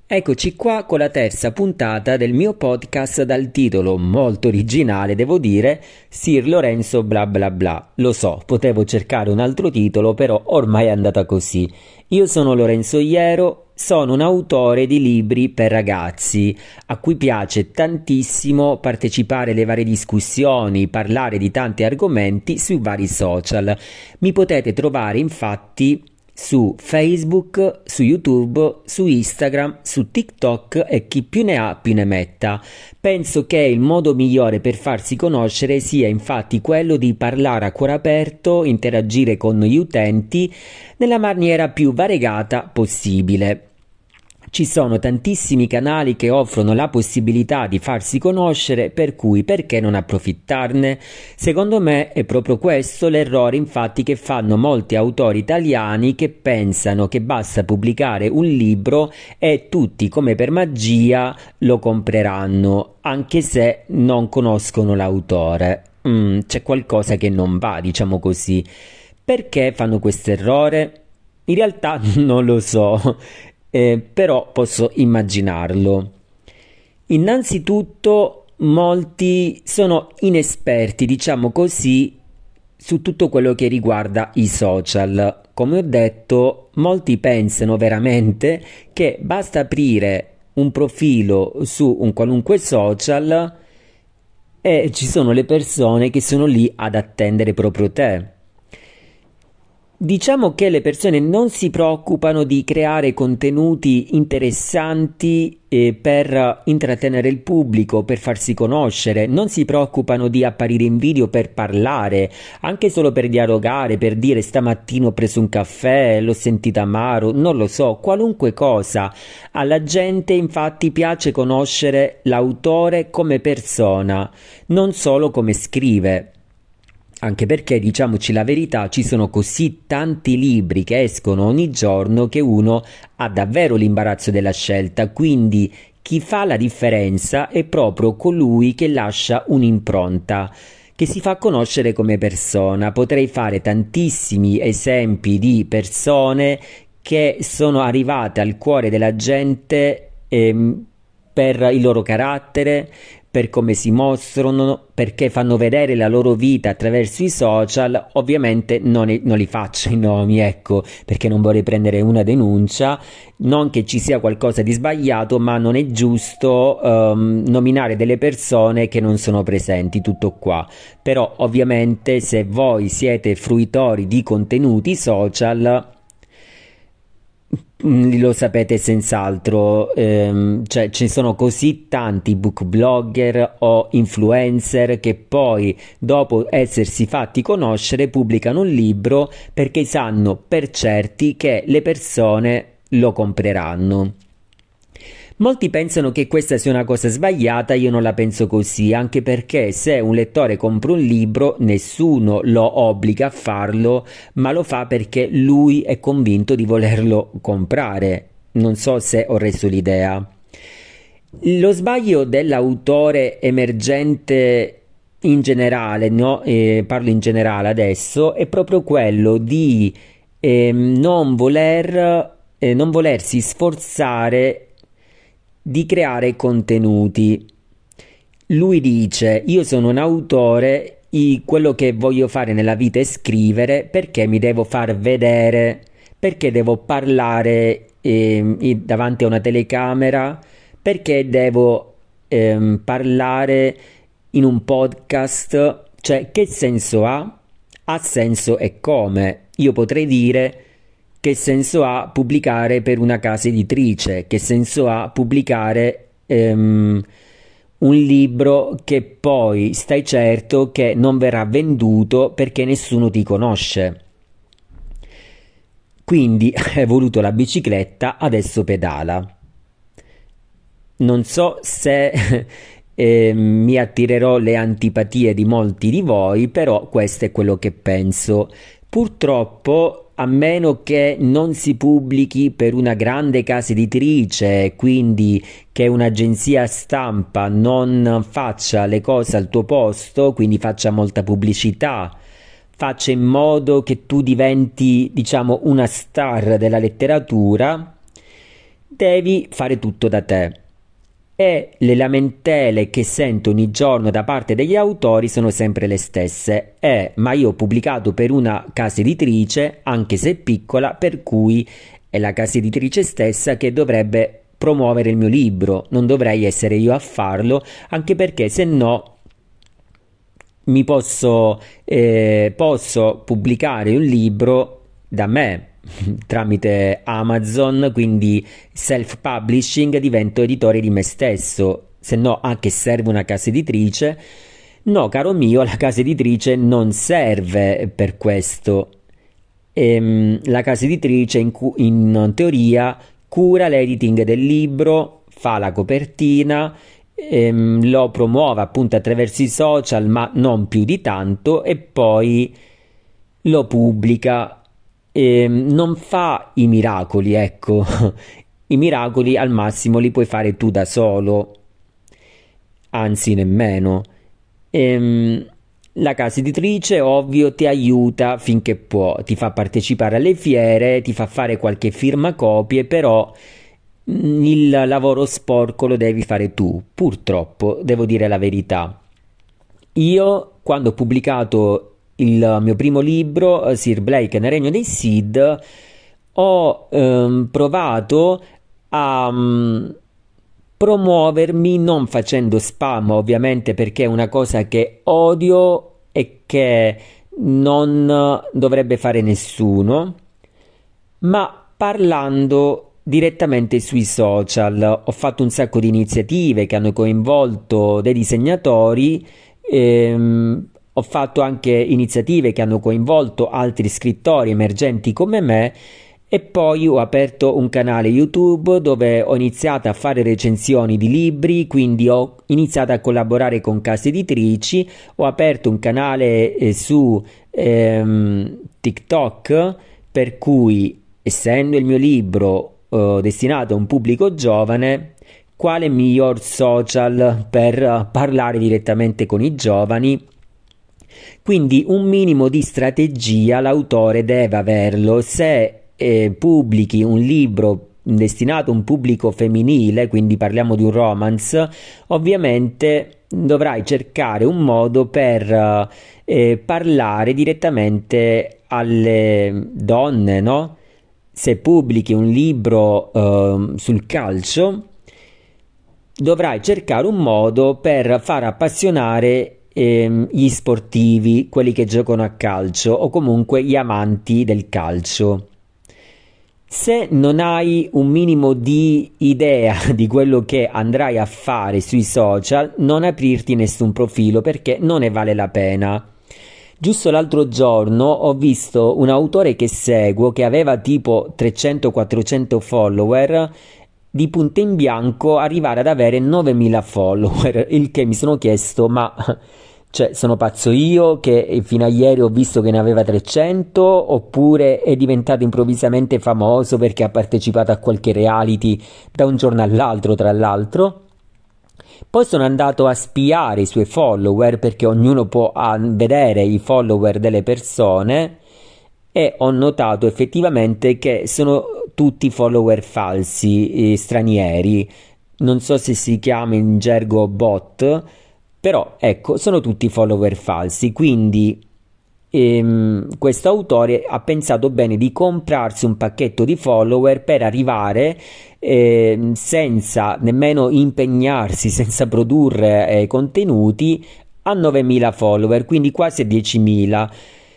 Eccoci qua con la terza puntata del mio podcast dal titolo molto originale, devo dire, Sir Lorenzo bla bla bla. Lo so, potevo cercare un altro titolo, però ormai è andata così. Io sono Lorenzo Iero, sono un autore di libri per ragazzi, a cui piace tantissimo partecipare alle varie discussioni, parlare di tanti argomenti sui vari social. Mi potete trovare infatti su Facebook, su YouTube, su Instagram, su TikTok e chi più ne ha più ne metta. Penso che il modo migliore per farsi conoscere sia infatti quello di parlare a cuore aperto, interagire con gli utenti nella maniera più variegata possibile. Ci sono tantissimi canali che offrono la possibilità di farsi conoscere, per cui perché non approfittarne? Secondo me è proprio questo l'errore infatti che fanno molti autori italiani che pensano che basta pubblicare un libro e tutti come per magia lo compreranno, anche se non conoscono l'autore. C'è qualcosa che non va, diciamo così. Perché fanno questo errore? In realtà non lo so. Però posso immaginarlo. Innanzitutto, molti sono inesperti, diciamo così, su tutto quello che riguarda i social. Come ho detto, molti pensano veramente che basta aprire un profilo su un qualunque social e ci sono le persone che sono lì ad attendere proprio te. Diciamo che le persone non si preoccupano di creare contenuti interessanti per intrattenere il pubblico, per farsi conoscere, non si preoccupano di apparire in video per parlare, anche solo per dialogare, per dire stamattina ho preso un caffè, l'ho sentito amaro, non lo so, qualunque cosa. Alla gente infatti piace conoscere l'autore come persona, non solo come scrive. Anche perché, diciamoci la verità, ci sono così tanti libri che escono ogni giorno che uno ha davvero l'imbarazzo della scelta, quindi chi fa la differenza è proprio colui che lascia un'impronta, che si fa conoscere come persona. Potrei fare tantissimi esempi di persone che sono arrivate al cuore della gente per il loro carattere, per come si mostrano, perché fanno vedere la loro vita attraverso i social. Ovviamente non li faccio i nomi, ecco, perché non vorrei prendere una denuncia, non che ci sia qualcosa di sbagliato, ma non è giusto nominare delle persone che non sono presenti, tutto qua. Però ovviamente se voi siete fruitori di contenuti social, lo sapete senz'altro, cioè ci sono così tanti book blogger o influencer che poi dopo essersi fatti conoscere pubblicano un libro perché sanno per certi che le persone lo compreranno. Molti pensano che questa sia una cosa sbagliata, io non la penso così, anche perché se un lettore compra un libro nessuno lo obbliga a farlo, ma lo fa perché lui è convinto di volerlo comprare. Non so se ho reso l'idea. Lo sbaglio dell'autore emergente in generale, no? Parlo in generale adesso, è proprio quello di non volersi sforzare di creare contenuti. Lui dice: io sono un autore, quello che voglio fare nella vita è scrivere, perché mi devo far vedere, perché devo parlare davanti a una telecamera, perché devo parlare in un podcast. Cioè, che senso ha? Ha senso e come. Io potrei dire: che senso ha pubblicare per una casa editrice? Che senso ha pubblicare un libro che poi stai certo che non verrà venduto perché nessuno ti conosce? Quindi hai voluto la bicicletta, adesso pedala. Non so se mi attirerò le antipatie di molti di voi, però questo è quello che penso. Purtroppo, a meno che non si pubblichi per una grande casa editrice, quindi che un'agenzia stampa non faccia le cose al tuo posto, quindi faccia molta pubblicità, faccia in modo che tu diventi, diciamo, una star della letteratura, devi fare tutto da te. E le lamentele che sento ogni giorno da parte degli autori sono sempre le stesse. Ma io ho pubblicato per una casa editrice, anche se piccola, per cui è la casa editrice stessa che dovrebbe promuovere il mio libro. Non dovrei essere io a farlo, anche perché se no posso pubblicare un libro da me tramite Amazon, quindi self-publishing, divento editore di me stesso. Se no, anche serve una casa editrice. No, caro mio, la casa editrice non serve per questo. La casa editrice in teoria cura l'editing del libro, fa la copertina, lo promuove appunto attraverso i social, ma non più di tanto, e poi lo pubblica. Non fa i miracoli, ecco. I miracoli al massimo li puoi fare tu da solo, anzi nemmeno. La casa editrice, ovvio, ti aiuta finché può, ti fa partecipare alle fiere, ti fa fare qualche firmacopie, però il lavoro sporco lo devi fare tu, purtroppo, devo dire la verità. Io, quando ho pubblicato il mio primo libro, Sir Blake nel Regno dei Sid, ho provato a promuovermi non facendo spam, ovviamente, perché è una cosa che odio e che non dovrebbe fare nessuno, ma parlando direttamente sui social. Ho fatto un sacco di iniziative che hanno coinvolto dei disegnatori, ho fatto anche iniziative che hanno coinvolto altri scrittori emergenti come me, e poi ho aperto un canale YouTube dove ho iniziato a fare recensioni di libri, quindi ho iniziato a collaborare con case editrici, ho aperto un canale su TikTok, per cui, essendo il mio libro destinato a un pubblico giovane, quale miglior social per parlare direttamente con i giovani? Quindi un minimo di strategia l'autore deve averlo. Se pubblichi un libro destinato a un pubblico femminile, quindi parliamo di un romance, ovviamente dovrai cercare un modo per parlare direttamente alle donne, no? Se pubblichi un libro sul calcio, dovrai cercare un modo per far appassionare gli sportivi, quelli che giocano a calcio, o comunque gli amanti del calcio. Se non hai un minimo di idea di quello che andrai a fare sui social, non aprirti nessun profilo, perché non ne vale la pena. Giusto l'altro giorno ho visto un autore che seguo, che aveva tipo 300-400 follower, di punto in bianco arrivare ad avere 9000 follower, il che mi sono chiesto, ma cioè, sono pazzo io che fino a ieri ho visto che ne aveva 300, oppure è diventato improvvisamente famoso perché ha partecipato a qualche reality da un giorno all'altro, tra l'altro? Poi sono andato a spiare i suoi follower, perché ognuno può vedere i follower delle persone, e ho notato effettivamente che sono tutti follower falsi, stranieri. Non so se si chiama in gergo bot, però ecco, sono tutti follower falsi. Quindi questo autore ha pensato bene di comprarsi un pacchetto di follower per arrivare senza nemmeno impegnarsi, senza produrre contenuti, a 9000 follower, quindi quasi a 10.000.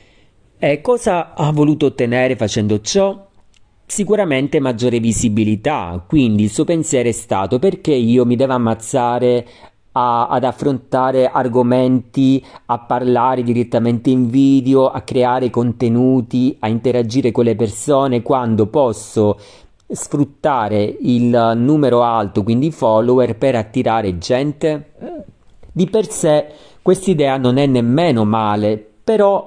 Cosa ha voluto ottenere facendo ciò? Sicuramente maggiore visibilità. Quindi il suo pensiero è stato: perché io mi devo ammazzare ad affrontare argomenti, a parlare direttamente in video, a creare contenuti, a interagire con le persone, quando posso sfruttare il numero alto, quindi follower, per attirare gente? Di per sé quest'idea non è nemmeno male, però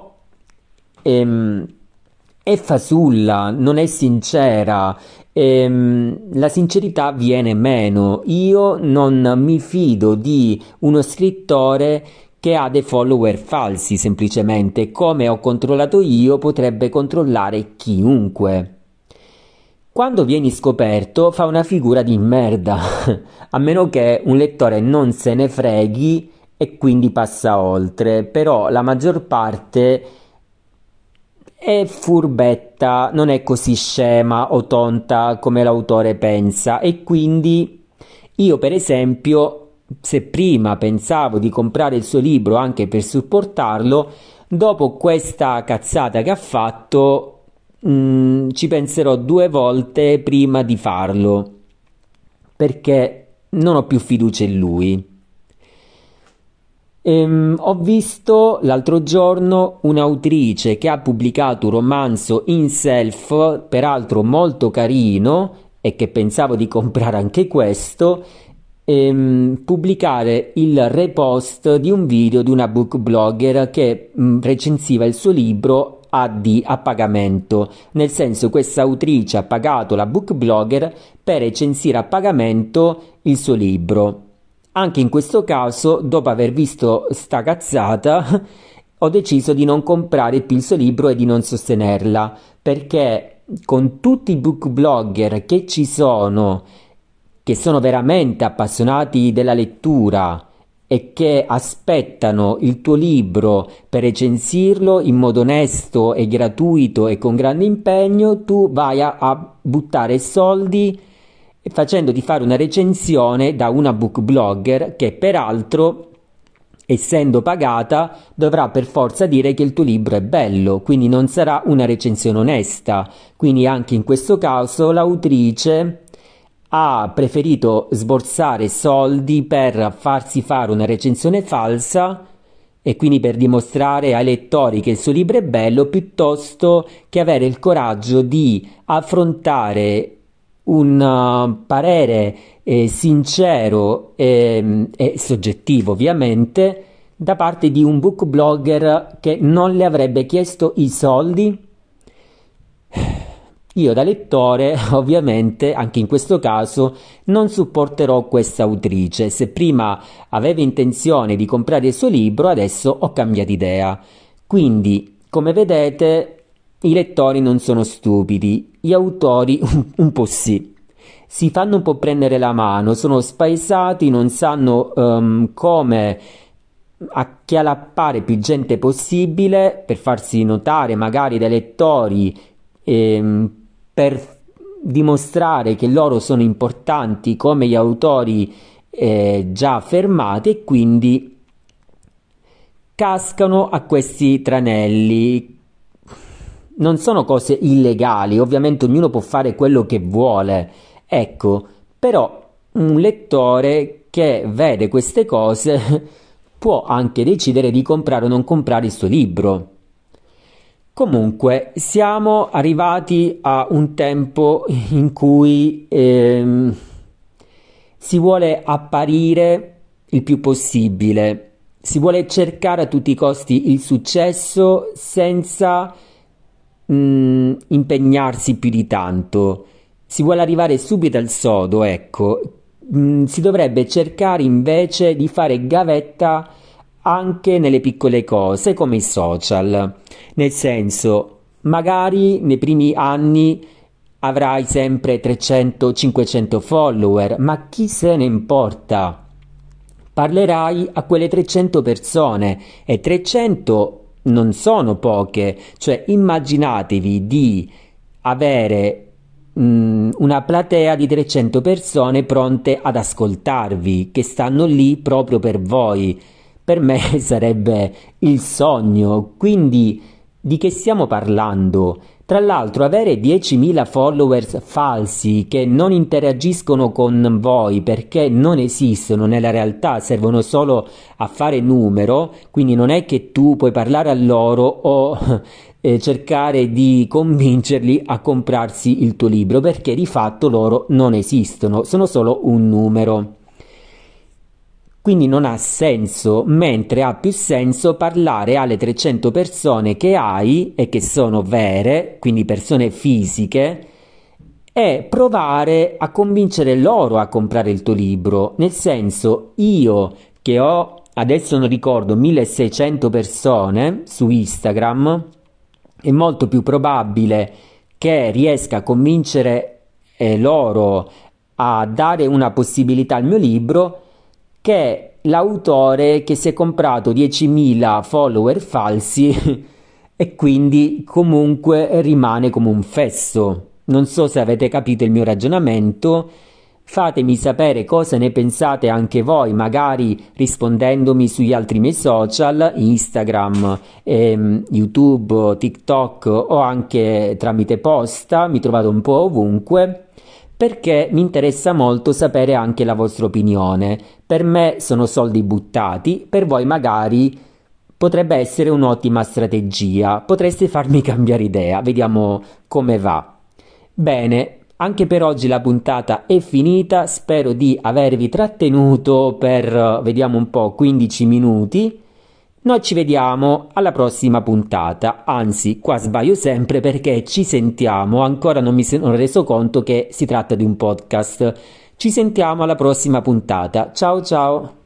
è fasulla, non è sincera. La sincerità viene meno. Io non mi fido di uno scrittore che ha dei follower falsi, semplicemente. Come ho controllato io, potrebbe controllare chiunque. Quando vieni scoperto fa una figura di merda, a meno che un lettore non se ne freghi e quindi passa oltre, però la maggior parte è furbetta, non è così scema o tonta come l'autore pensa, e quindi io per esempio, se prima pensavo di comprare il suo libro anche per supportarlo, dopo questa cazzata che ha fatto ci penserò 2 volte prima di farlo, perché non ho più fiducia in lui. Ho visto l'altro giorno un'autrice che ha pubblicato un romanzo in self, peraltro molto carino, e che pensavo di comprare anche questo, pubblicare il repost di un video di una book blogger che recensiva il suo libro a pagamento, nel senso questa autrice ha pagato la book blogger per recensire a pagamento il suo libro. Anche in questo caso, dopo aver visto sta cazzata, ho deciso di non comprare più il suo libro e di non sostenerla, perché con tutti i book blogger che ci sono, che sono veramente appassionati della lettura e che aspettano il tuo libro per recensirlo in modo onesto e gratuito e con grande impegno, tu vai a buttare soldi facendoti fare una recensione da una book blogger che peraltro, essendo pagata, dovrà per forza dire che il tuo libro è bello, quindi non sarà una recensione onesta. Quindi anche in questo caso l'autrice ha preferito sborsare soldi per farsi fare una recensione falsa e quindi per dimostrare ai lettori che il suo libro è bello, piuttosto che avere il coraggio di affrontare un parere sincero e soggettivo, ovviamente, da parte di un book blogger che non le avrebbe chiesto i soldi. Io da lettore, ovviamente, anche in questo caso, non supporterò questa autrice. Se prima avevo intenzione di comprare il suo libro, adesso ho cambiato idea. Quindi, come vedete, i lettori non sono stupidi, gli autori un po' sì. Si fanno un po' prendere la mano, sono spaesati, non sanno come acchiappare più gente possibile per farsi notare magari dai lettori, per dimostrare che loro sono importanti come gli autori già affermati, e quindi cascano a questi tranelli. Non sono cose illegali, ovviamente ognuno può fare quello che vuole, ecco, però un lettore che vede queste cose può anche decidere di comprare o non comprare il suo libro. Comunque, siamo arrivati a un tempo in cui si vuole apparire il più possibile, si vuole cercare a tutti i costi il successo senza impegnarsi più di tanto. Si vuole arrivare subito al sodo, ecco. Si dovrebbe cercare invece di fare gavetta anche nelle piccole cose come i social, nel senso, magari nei primi anni avrai sempre 300-500 follower, ma chi se ne importa? Parlerai a quelle 300 persone, e 300 non sono poche, cioè immaginatevi di avere una platea di 300 persone pronte ad ascoltarvi, che stanno lì proprio per voi. Per me sarebbe il sogno. Quindi di che stiamo parlando? Tra l'altro, avere 10.000 followers falsi che non interagiscono con voi perché non esistono nella realtà, servono solo a fare numero, quindi non è che tu puoi parlare a loro o cercare di convincerli a comprarsi il tuo libro, perché di fatto loro non esistono, sono solo un numero. Quindi non ha senso, mentre ha più senso parlare alle 300 persone che hai e che sono vere, quindi persone fisiche, e provare a convincere loro a comprare il tuo libro. Nel senso, io che ho, adesso non ricordo, 1600 persone su Instagram, è molto più probabile che riesca a convincere loro a dare una possibilità al mio libro, che l'autore che si è comprato 10.000 follower falsi e quindi comunque rimane come un fesso. Non so se avete capito il mio ragionamento. Fatemi sapere cosa ne pensate anche voi, magari rispondendomi sugli altri miei social, Instagram, YouTube, TikTok o anche tramite posta, mi trovate un po' ovunque, perché mi interessa molto sapere anche la vostra opinione. Per me sono soldi buttati, per voi magari potrebbe essere un'ottima strategia, potreste farmi cambiare idea, vediamo come va. Bene, anche per oggi la puntata è finita, spero di avervi trattenuto per, vediamo un po', 15 minuti. Noi ci vediamo alla prossima puntata, anzi, qua sbaglio sempre perché ci sentiamo, ancora non mi sono reso conto che si tratta di un podcast. Ci sentiamo alla prossima puntata, ciao ciao!